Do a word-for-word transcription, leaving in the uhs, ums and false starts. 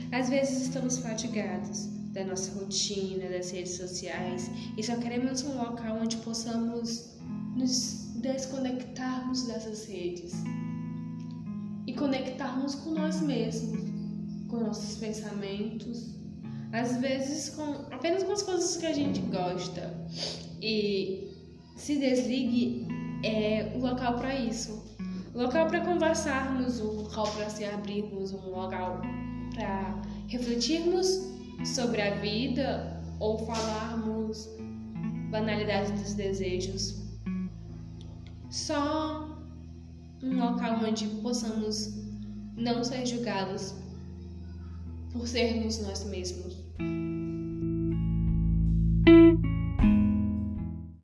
Às vezes estamos fatigados da nossa rotina, das redes sociais e só queremos um local onde possamos nos desconectarmos dessas redes e conectarmos com nós mesmos, com nossos pensamentos, às vezes com apenas com as coisas que a gente gosta. E Se Desligue é o local para isso, um local para conversarmos, um local para se abrirmos, um local para refletirmos sobre a vida ou falarmos banalidades dos desejos. Só um local onde possamos não ser julgados por sermos nós mesmos.